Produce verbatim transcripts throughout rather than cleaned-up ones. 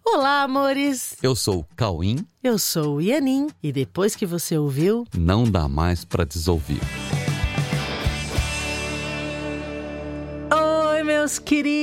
Olá, amores! Eu sou o Cauim. Eu sou o Ianin. E depois que você ouviu, não dá mais pra desouvir. Oi, meus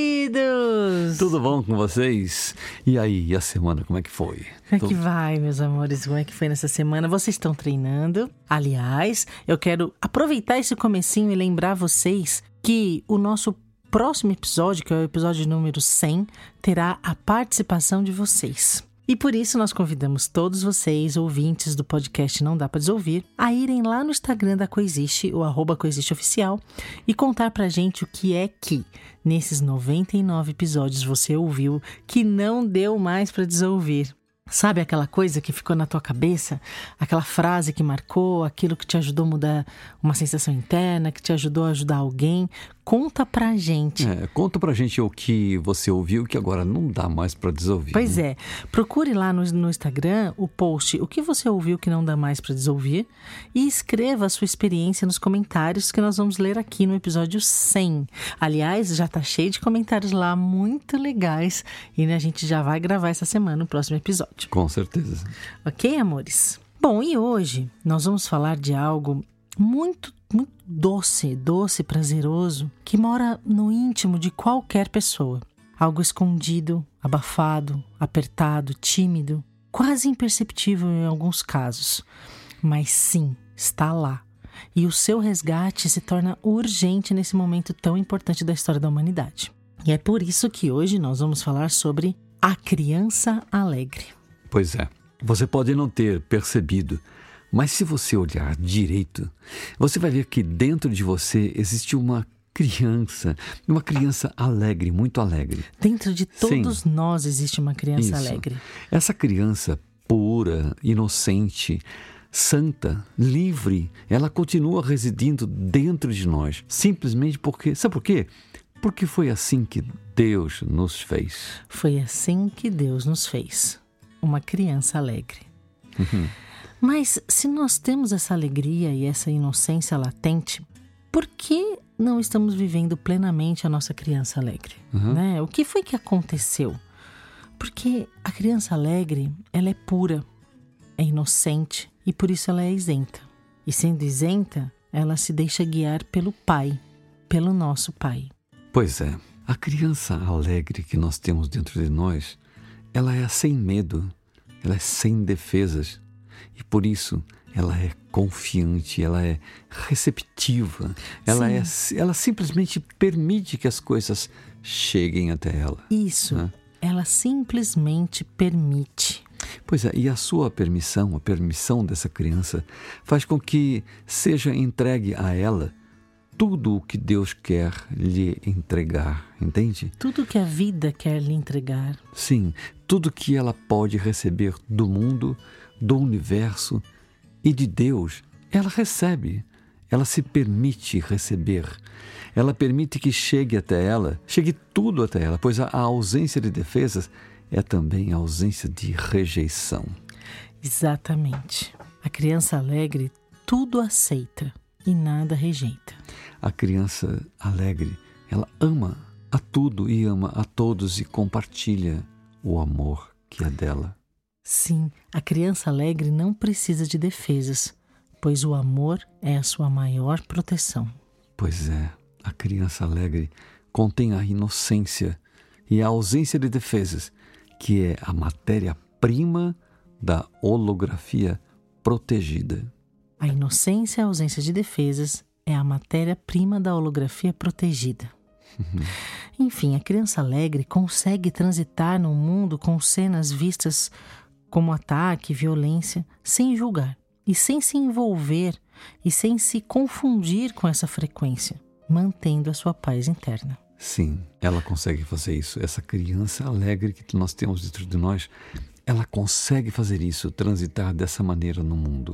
queridos! Tudo bom com vocês? E aí, e a semana, como é que foi? Como é que vai, meus amores? Como é que foi nessa semana? Vocês estão treinando? Aliás, eu quero aproveitar esse comecinho e lembrar vocês que o nosso próximo episódio, que é o episódio número cem, terá a participação de vocês. E por isso nós convidamos todos vocês, ouvintes do podcast Não Dá Pra Desouvir, a irem lá no Instagram da Coexiste, o arroba Coexiste Oficial, e contar pra gente o que é que, nesses noventa e nove episódios, você ouviu que não deu mais pra desouvir. Sabe aquela coisa que ficou na tua cabeça? Aquela frase que marcou, aquilo que te ajudou a mudar uma sensação interna, que te ajudou a ajudar alguém? Conta pra gente. É, conta pra gente o que você ouviu que agora não dá mais pra desouvir. Pois né? é. Procure lá no, no Instagram o post o que você ouviu que não dá mais pra desouvir e escreva a sua experiência nos comentários que nós vamos ler aqui no episódio cem. Aliás, já tá cheio de comentários lá muito legais e né, a gente já vai gravar essa semana o próximo episódio. Com certeza. Ok, amores? Bom, e hoje nós vamos falar de algo muito, muito doce, doce, prazeroso, que mora no íntimo de qualquer pessoa. Algo escondido, abafado, apertado, tímido, quase imperceptível em alguns casos. Mas sim, está lá. E o seu resgate se torna urgente nesse momento tão importante da história da humanidade. E é por isso que hoje nós vamos falar sobre a criança alegre. Pois é, você pode não ter percebido, mas se você olhar direito, você vai ver que dentro de você existe uma criança, uma criança alegre, muito alegre. Dentro de todos Sim. nós existe uma criança Isso. alegre. Essa criança pura, inocente, santa, livre, ela continua residindo dentro de nós, simplesmente porque, sabe por quê? Porque foi assim que Deus nos fez. Foi assim que Deus nos fez. Uma criança alegre. Uhum. Mas se nós temos essa alegria e essa inocência latente, por que não estamos vivendo plenamente a nossa criança alegre? Uhum. Né? O que foi que aconteceu? Porque a criança alegre, ela é pura, é inocente e por isso ela é isenta. E sendo isenta, ela se deixa guiar pelo Pai, pelo nosso Pai. Pois é, a criança alegre que nós temos dentro de nós, ela é sem medo, ela é sem defesas e por isso ela é confiante, ela é receptiva, ela, é, ela simplesmente permite que as coisas cheguem até ela. Isso, né? Ela simplesmente permite. Pois é, e a sua permissão, a permissão dessa criança faz com que seja entregue a ela tudo o que Deus quer lhe entregar, entende? Tudo que a vida quer lhe entregar. Sim, tudo que ela pode receber do mundo, do universo e de Deus, ela recebe. Ela se permite receber. Ela permite que chegue até ela, chegue tudo até ela, pois a ausência de defesas é também a ausência de rejeição. Exatamente. A criança alegre tudo aceita e nada rejeita. A criança alegre, ela ama a tudo e ama a todos e compartilha o amor que é dela. Sim, a criança alegre não precisa de defesas, pois o amor é a sua maior proteção. Pois é, a criança alegre contém a inocência e a ausência de defesas, que é a matéria-prima da holografia protegida. A inocência e a ausência de defesas é a matéria-prima da holografia protegida. Uhum. Enfim, a criança alegre consegue transitar no mundo com cenas vistas como ataque, violência, sem julgar e sem se envolver e sem se confundir com essa frequência, mantendo a sua paz interna. Sim, ela consegue fazer isso. Essa criança alegre que nós temos dentro de nós, ela consegue fazer isso, transitar dessa maneira no mundo.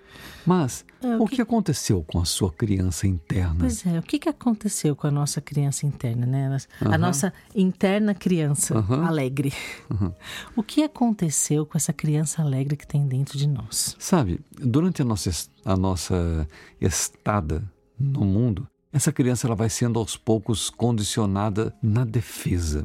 Mas é, o, o que... que aconteceu com a sua criança interna? Pois é, o que aconteceu com a nossa criança interna, né? A uhum. nossa interna criança uhum. alegre. Uhum. O que aconteceu com essa criança alegre que tem dentro de nós? Sabe, durante a nossa, a nossa estada no mundo, essa criança ela vai sendo aos poucos condicionada na defesa.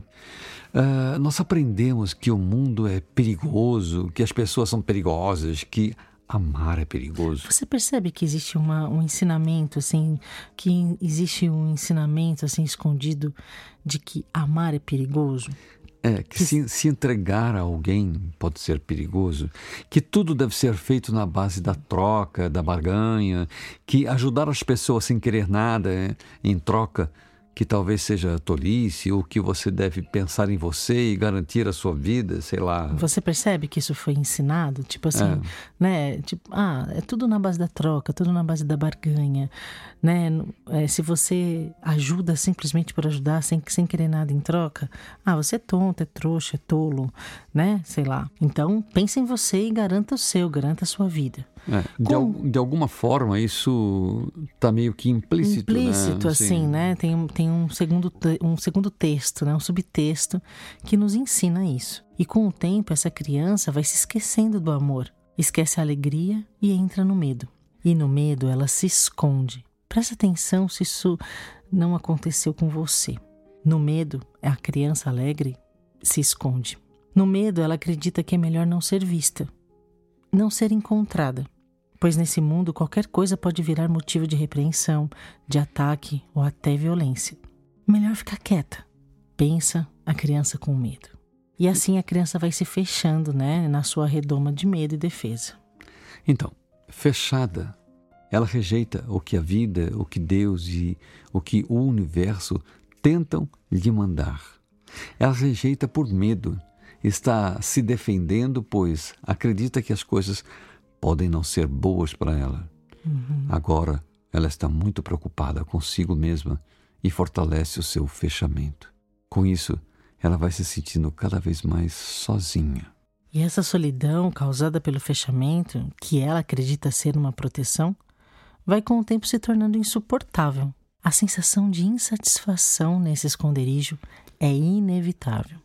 Uh, nós aprendemos que o mundo é perigoso, que as pessoas são perigosas, que amar é perigoso. Você percebe que existe uma, um ensinamento, assim, que existe um ensinamento, assim, escondido de que amar é perigoso? É, que, que... Se, se entregar a alguém pode ser perigoso, que tudo deve ser feito na base da troca, da barganha, que ajudar as pessoas sem querer nada é, em troca, que talvez seja tolice, ou que você deve pensar em você e garantir a sua vida, sei lá. Você percebe que isso foi ensinado? Tipo assim, é. né? Tipo, ah, é tudo na base da troca, tudo na base da barganha, né? É, se você ajuda simplesmente por ajudar, sem, sem querer nada em troca, ah, você é tonto, é trouxa, é tolo, né? Sei lá. Então, pense em você e garanta o seu, garanta a sua vida. É, de, al, de alguma forma, isso está meio que implícito, Implícito, né? assim, Sim. né? Tem, tem um, segundo, um segundo texto, né? Um subtexto que nos ensina isso. E com o tempo, essa criança vai se esquecendo do amor, esquece a alegria e entra no medo. E no medo, ela se esconde. Presta atenção se isso não aconteceu com você. No medo, a criança alegre se esconde. No medo, ela acredita que é melhor não ser vista, não ser encontrada. Pois nesse mundo qualquer coisa pode virar motivo de repreensão, de ataque ou até violência. Melhor ficar quieta, pensa a criança com medo. E assim a criança vai se fechando, né, na sua redoma de medo e defesa. Então, fechada, ela rejeita o que a vida, o que Deus e o que o universo tentam lhe mandar. Ela rejeita por medo, está se defendendo, pois acredita que as coisas podem não ser boas para ela. Uhum. Agora, ela está muito preocupada consigo mesma e fortalece o seu fechamento. Com isso, ela vai se sentindo cada vez mais sozinha. E essa solidão causada pelo fechamento, que ela acredita ser uma proteção, vai com o tempo se tornando insuportável. A sensação de insatisfação nesse esconderijo é inevitável.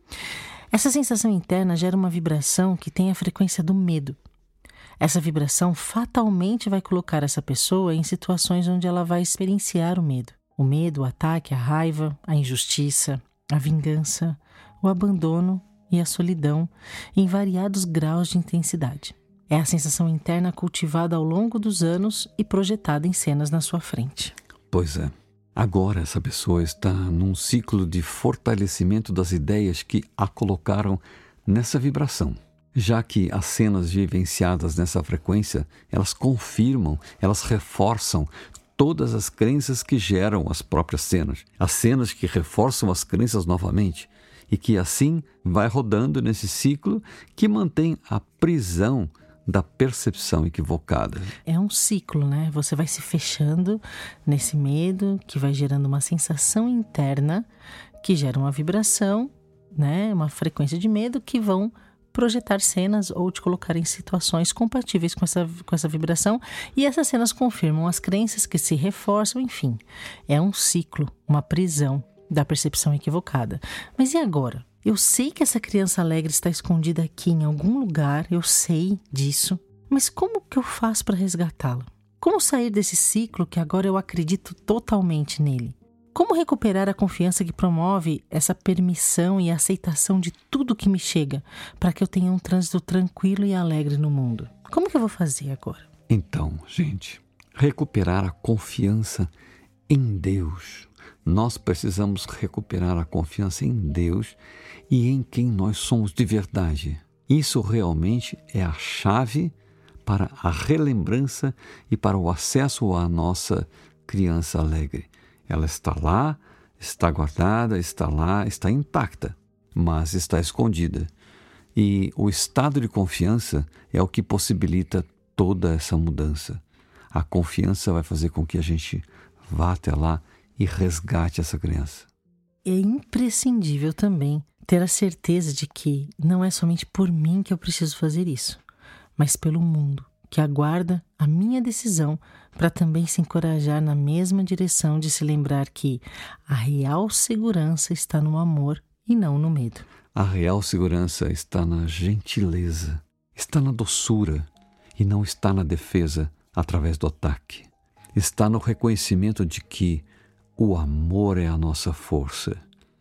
Essa sensação interna gera uma vibração que tem a frequência do medo. Essa vibração fatalmente vai colocar essa pessoa em situações onde ela vai experienciar o medo. O medo, o ataque, a raiva, a injustiça, a vingança, o abandono e a solidão em variados graus de intensidade. É a sensação interna cultivada ao longo dos anos e projetada em cenas na sua frente. Pois é. Agora essa pessoa está num ciclo de fortalecimento das ideias que a colocaram nessa vibração. Já que as cenas vivenciadas nessa frequência, elas confirmam, elas reforçam todas as crenças que geram as próprias cenas. As cenas que reforçam as crenças novamente e que assim vai rodando nesse ciclo que mantém a prisão da percepção equivocada. É um ciclo, né? Você vai se fechando nesse medo que vai gerando uma sensação interna que gera uma vibração, né? Uma frequência de medo que vão projetar cenas ou te colocar em situações compatíveis com essa, com essa vibração, e essas cenas confirmam as crenças que se reforçam, enfim. É um ciclo, uma prisão da percepção equivocada. Mas e agora? Eu sei que essa criança alegre está escondida aqui em algum lugar, eu sei disso, mas como que eu faço para resgatá-la? Como sair desse ciclo que agora eu acredito totalmente nele? Como recuperar a confiança que promove essa permissão e aceitação de tudo que me chega para que eu tenha um trânsito tranquilo e alegre no mundo? Como que eu vou fazer agora? Então, gente, recuperar a confiança em Deus. Nós precisamos recuperar a confiança em Deus e em quem nós somos de verdade. Isso realmente é a chave para a relembrança e para o acesso à nossa criança alegre. Ela está lá, está guardada, está lá, está intacta, mas está escondida. E o estado de confiança é o que possibilita toda essa mudança. A confiança vai fazer com que a gente vá até lá e resgate essa criança. É imprescindível também ter a certeza de que não é somente por mim que eu preciso fazer isso, mas pelo mundo, que aguarda a minha decisão para também se encorajar na mesma direção de se lembrar que a real segurança está no amor e não no medo. A real segurança está na gentileza, está na doçura e não está na defesa através do ataque. está no reconhecimento de que o amor é a nossa força.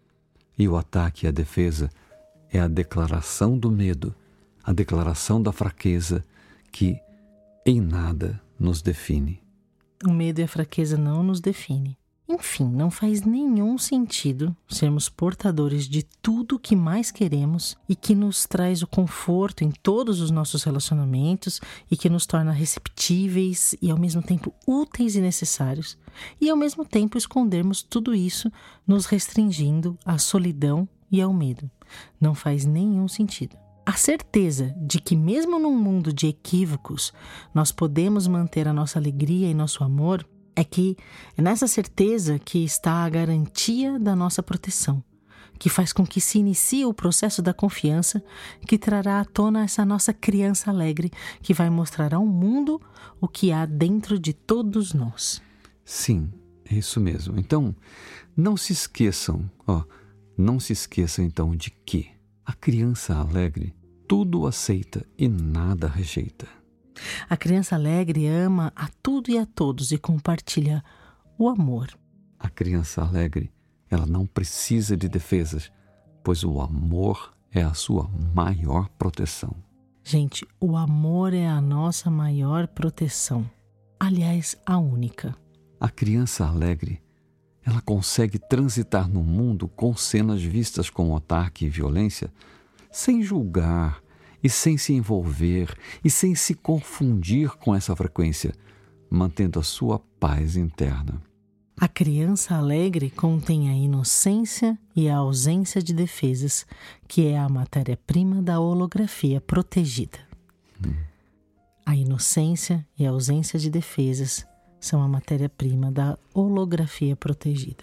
E o ataque e a defesa é a declaração do medo, a declaração da fraqueza que em nada nos define. O medo e a fraqueza não nos definem. Enfim, não faz nenhum sentido sermos portadores de tudo que mais queremos e que nos traz o conforto em todos os nossos relacionamentos e que nos torna receptíveis e ao mesmo tempo úteis e necessários, e ao mesmo tempo escondermos tudo isso nos restringindo à solidão e ao medo. Não faz nenhum sentido. A certeza de que mesmo num mundo de equívocos nós podemos manter a nossa alegria e nosso amor é que é nessa certeza que está a garantia da nossa proteção, que faz com que se inicie o processo da confiança que trará à tona essa nossa criança alegre que vai mostrar ao mundo o que há dentro de todos nós. Sim, é isso mesmo. Então, não se esqueçam, ó, não se esqueçam então de que a criança alegre tudo aceita e nada rejeita. A criança alegre ama a tudo e a todos e compartilha o amor. A criança alegre, ela não precisa de defesas, pois o amor é a sua maior proteção. Gente, o amor é a nossa maior proteção. Aliás, a única. A criança alegre, ela consegue transitar no mundo com cenas vistas como ataque e violência, sem julgar e sem se envolver e sem se confundir com essa frequência, mantendo a sua paz interna. A criança alegre contém a inocência e a ausência de defesas, que é a matéria-prima da holografia protegida. Hum. A inocência e a ausência de defesas são a matéria-prima da holografia protegida.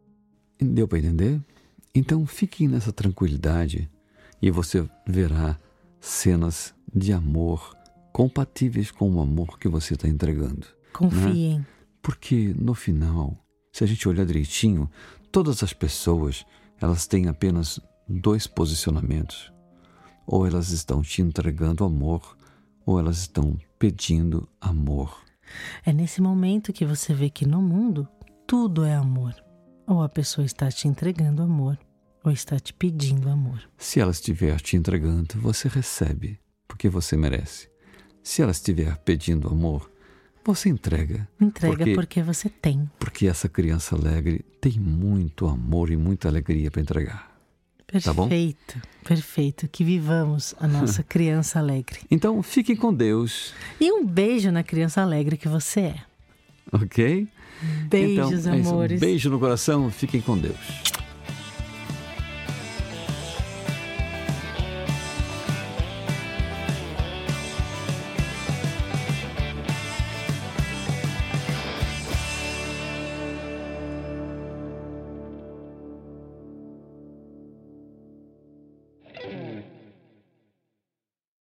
Deu para entender? Então fiquem nessa tranquilidade e você verá cenas de amor compatíveis com o amor que você está entregando. Confiem. Né? Porque no final, se a gente olhar direitinho, todas as pessoas, elas têm apenas dois posicionamentos. Ou elas estão te entregando amor, ou elas estão pedindo amor. É nesse momento que você vê que no mundo tudo é amor. Ou a pessoa está te entregando amor, ou está te pedindo amor. Se ela estiver te entregando, você recebe, porque você merece. Se ela estiver pedindo amor, você entrega. Entrega porque, porque você tem. Porque essa criança alegre tem muito amor e muita alegria para entregar. Perfeito, tá bom? Perfeito. Que vivamos a nossa criança alegre. Então, fiquem com Deus. E um beijo na criança alegre que você é. Ok? Beijos, então, é isso. amores. Um beijo no coração. Fiquem com Deus.